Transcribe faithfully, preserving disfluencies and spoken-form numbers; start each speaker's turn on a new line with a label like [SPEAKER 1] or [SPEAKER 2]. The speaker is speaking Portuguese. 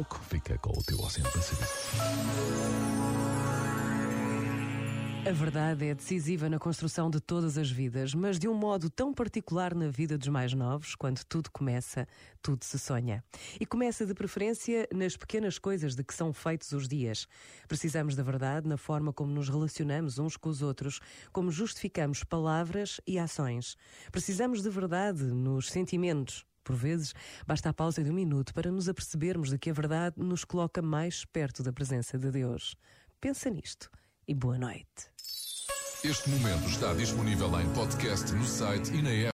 [SPEAKER 1] pouco fica com o teu Oceano Pacífico.
[SPEAKER 2] A verdade é decisiva na construção de todas as vidas, mas de um modo tão particular na vida dos mais novos. Quando tudo começa, tudo se sonha. E começa de preferência nas pequenas coisas de que são feitos os dias. Precisamos da verdade na forma como nos relacionamos uns com os outros, como justificamos palavras e ações. Precisamos de verdade nos sentimentos. Por vezes, basta a pausa de um minuto para nos apercebermos de que a verdade nos coloca mais perto da presença de Deus. Pensa nisto e boa noite.
[SPEAKER 3] Este momento está disponível em podcast no site e na app.